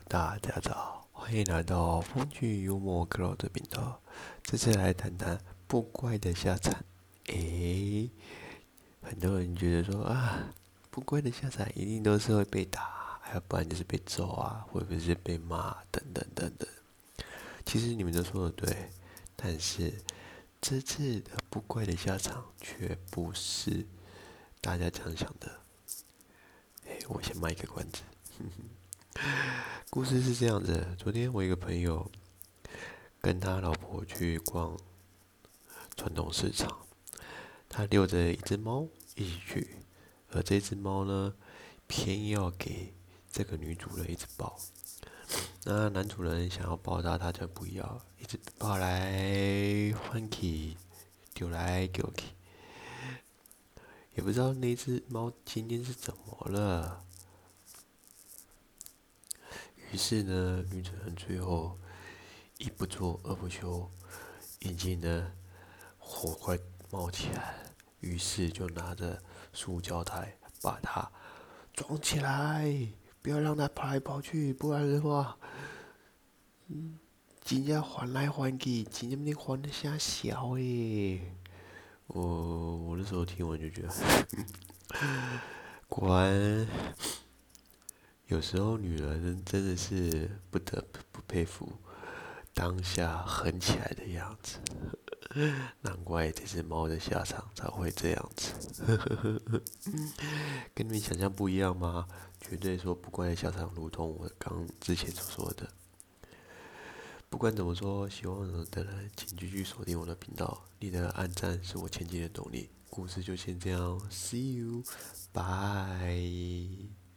大家早，欢迎来到风趣幽默 Cloud 的频道。这次来谈谈不乖的下场。诶，很多人觉得说啊，不乖的下场一定都是会被打，要不然就是被揍啊，或者是被骂等等等等。其实你们都说的对，但是这次的不乖的下场却不是大家这样想的。我先卖一个关子。故事是这样子的，昨天我一个朋友跟他老婆去逛传统市场，他遛着一只猫一起去，而这只猫呢，偏要给这个女主人一直抱。那男主人想要抱它，他就不要，一直抱来换去，丢来丢去，也不知道那只猫今天是怎么了。于是呢，女主人最后一不做二不休，已经呢火快冒起来了，于是就拿着塑胶袋把它装起来，不要让它跑来跑去，不然的话，真正还来还去，真正你还得下小诶。我那时候听完就觉得，果然有时候女人真的是不得不佩服当下狠起来的样子。难怪这只猫的下场才会这样子，跟你们想象不一样吗？绝对说不乖的下场，如同我刚之前所说的。不管怎么说，希望的人请继续锁定我的频道，你的按赞是我前进的动力。故事就先这样，See you，bye。